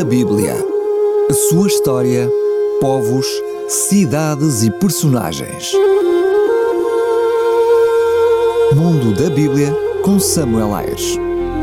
da Bíblia. A sua história, povos, cidades e personagens. Mundo da Bíblia com Samuel Ayres.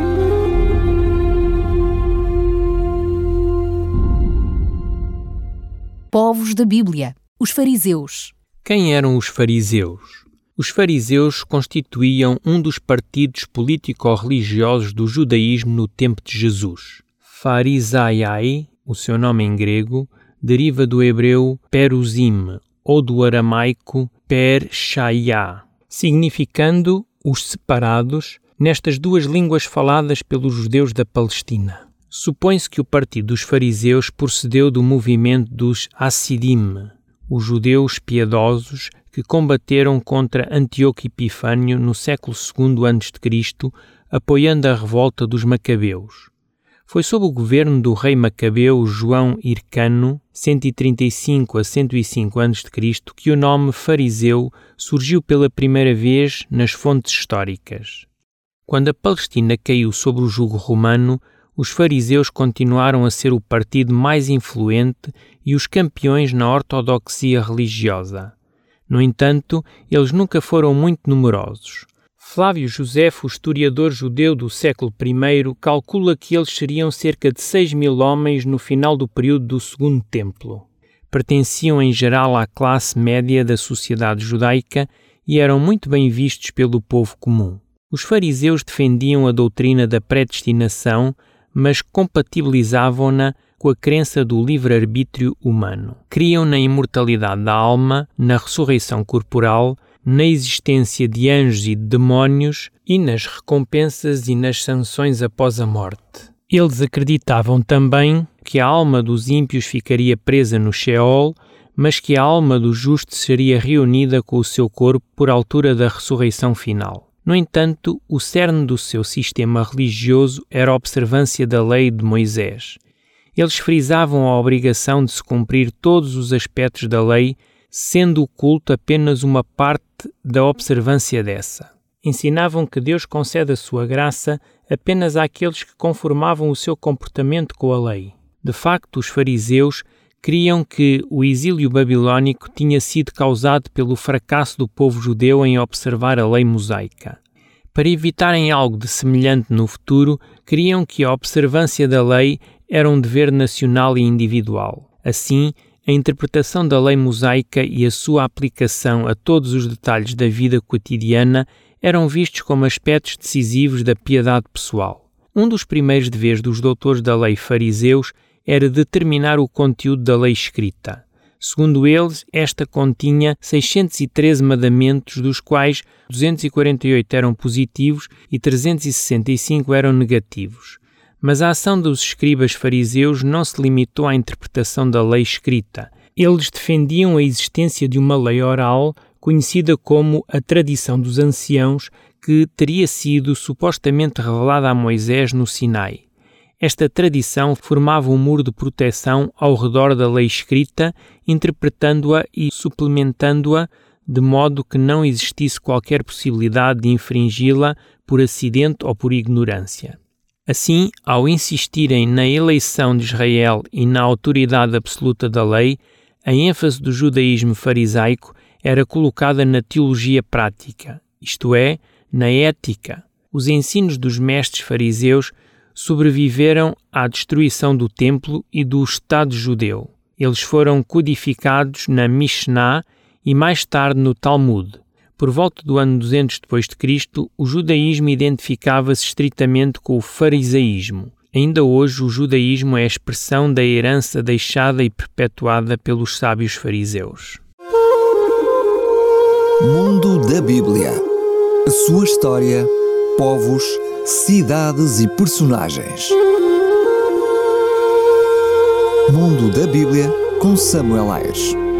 Povos da Bíblia, os fariseus. Quem eram os fariseus? Os fariseus constituíam um dos partidos político-religiosos do judaísmo no tempo de Jesus. Farisaiai, o seu nome em grego, deriva do hebreu perusim ou do aramaico per-shaiá, significando os separados nestas duas línguas faladas pelos judeus da Palestina. Supõe-se que o partido dos fariseus procedeu do movimento dos Hassidim, os judeus piedosos que combateram contra Antíoco Epifânio no século II a.C., apoiando a revolta dos Macabeus. Foi sob o governo do rei macabeu João Hircano, 135 a 105 a.C., que o nome fariseu surgiu pela primeira vez nas fontes históricas. Quando a Palestina caiu sob o jugo romano, os fariseus continuaram a ser o partido mais influente e os campeões na ortodoxia religiosa. No entanto, eles nunca foram muito numerosos. Flávio Josefo, o historiador judeu do século I, calcula que eles seriam cerca de 6.000 homens no final do período do Segundo Templo. Pertenciam em geral à classe média da sociedade judaica e eram muito bem vistos pelo povo comum. Os fariseus defendiam a doutrina da predestinação, mas compatibilizavam-na com a crença do livre-arbítrio humano. Criam na imortalidade da alma, na ressurreição corporal, na existência de anjos e de demónios e nas recompensas e nas sanções após a morte. Eles acreditavam também que a alma dos ímpios ficaria presa no Sheol, mas que a alma do justo seria reunida com o seu corpo por altura da ressurreição final. No entanto, o cerne do seu sistema religioso era a observância da lei de Moisés. Eles frisavam a obrigação de se cumprir todos os aspectos da lei, sendo o culto apenas uma parte da observância dessa. Ensinavam que Deus concede a sua graça apenas àqueles que conformavam o seu comportamento com a lei. De facto, os fariseus criam que o exílio babilônico tinha sido causado pelo fracasso do povo judeu em observar a lei mosaica. Para evitarem algo de semelhante no futuro, criam que a observância da lei era um dever nacional e individual. Assim, a interpretação da lei mosaica e a sua aplicação a todos os detalhes da vida cotidiana eram vistos como aspectos decisivos da piedade pessoal. Um dos primeiros deveres dos doutores da lei fariseus era determinar o conteúdo da lei escrita. Segundo eles, esta continha 613 mandamentos, dos quais 248 eram positivos e 365 eram negativos. Mas a ação dos escribas fariseus não se limitou à interpretação da lei escrita. Eles defendiam a existência de uma lei oral, conhecida como a tradição dos anciãos, que teria sido supostamente revelada a Moisés no Sinai. Esta tradição formava um muro de proteção ao redor da lei escrita, interpretando-a e suplementando-a de modo que não existisse qualquer possibilidade de infringi-la por acidente ou por ignorância. Assim, ao insistirem na eleição de Israel e na autoridade absoluta da lei, a ênfase do judaísmo farisaico era colocada na teologia prática, isto é, na ética. Os ensinos dos mestres fariseus sobreviveram à destruição do templo e do Estado judeu. Eles foram codificados na Mishnah e mais tarde no Talmud. Por volta do ano 200 d.C., o judaísmo identificava-se estritamente com o farisaísmo. Ainda hoje, o judaísmo é a expressão da herança deixada e perpetuada pelos sábios fariseus. Mundo da Bíblia. A sua história, povos, cidades e personagens. Mundo da Bíblia com Samuel Ayres.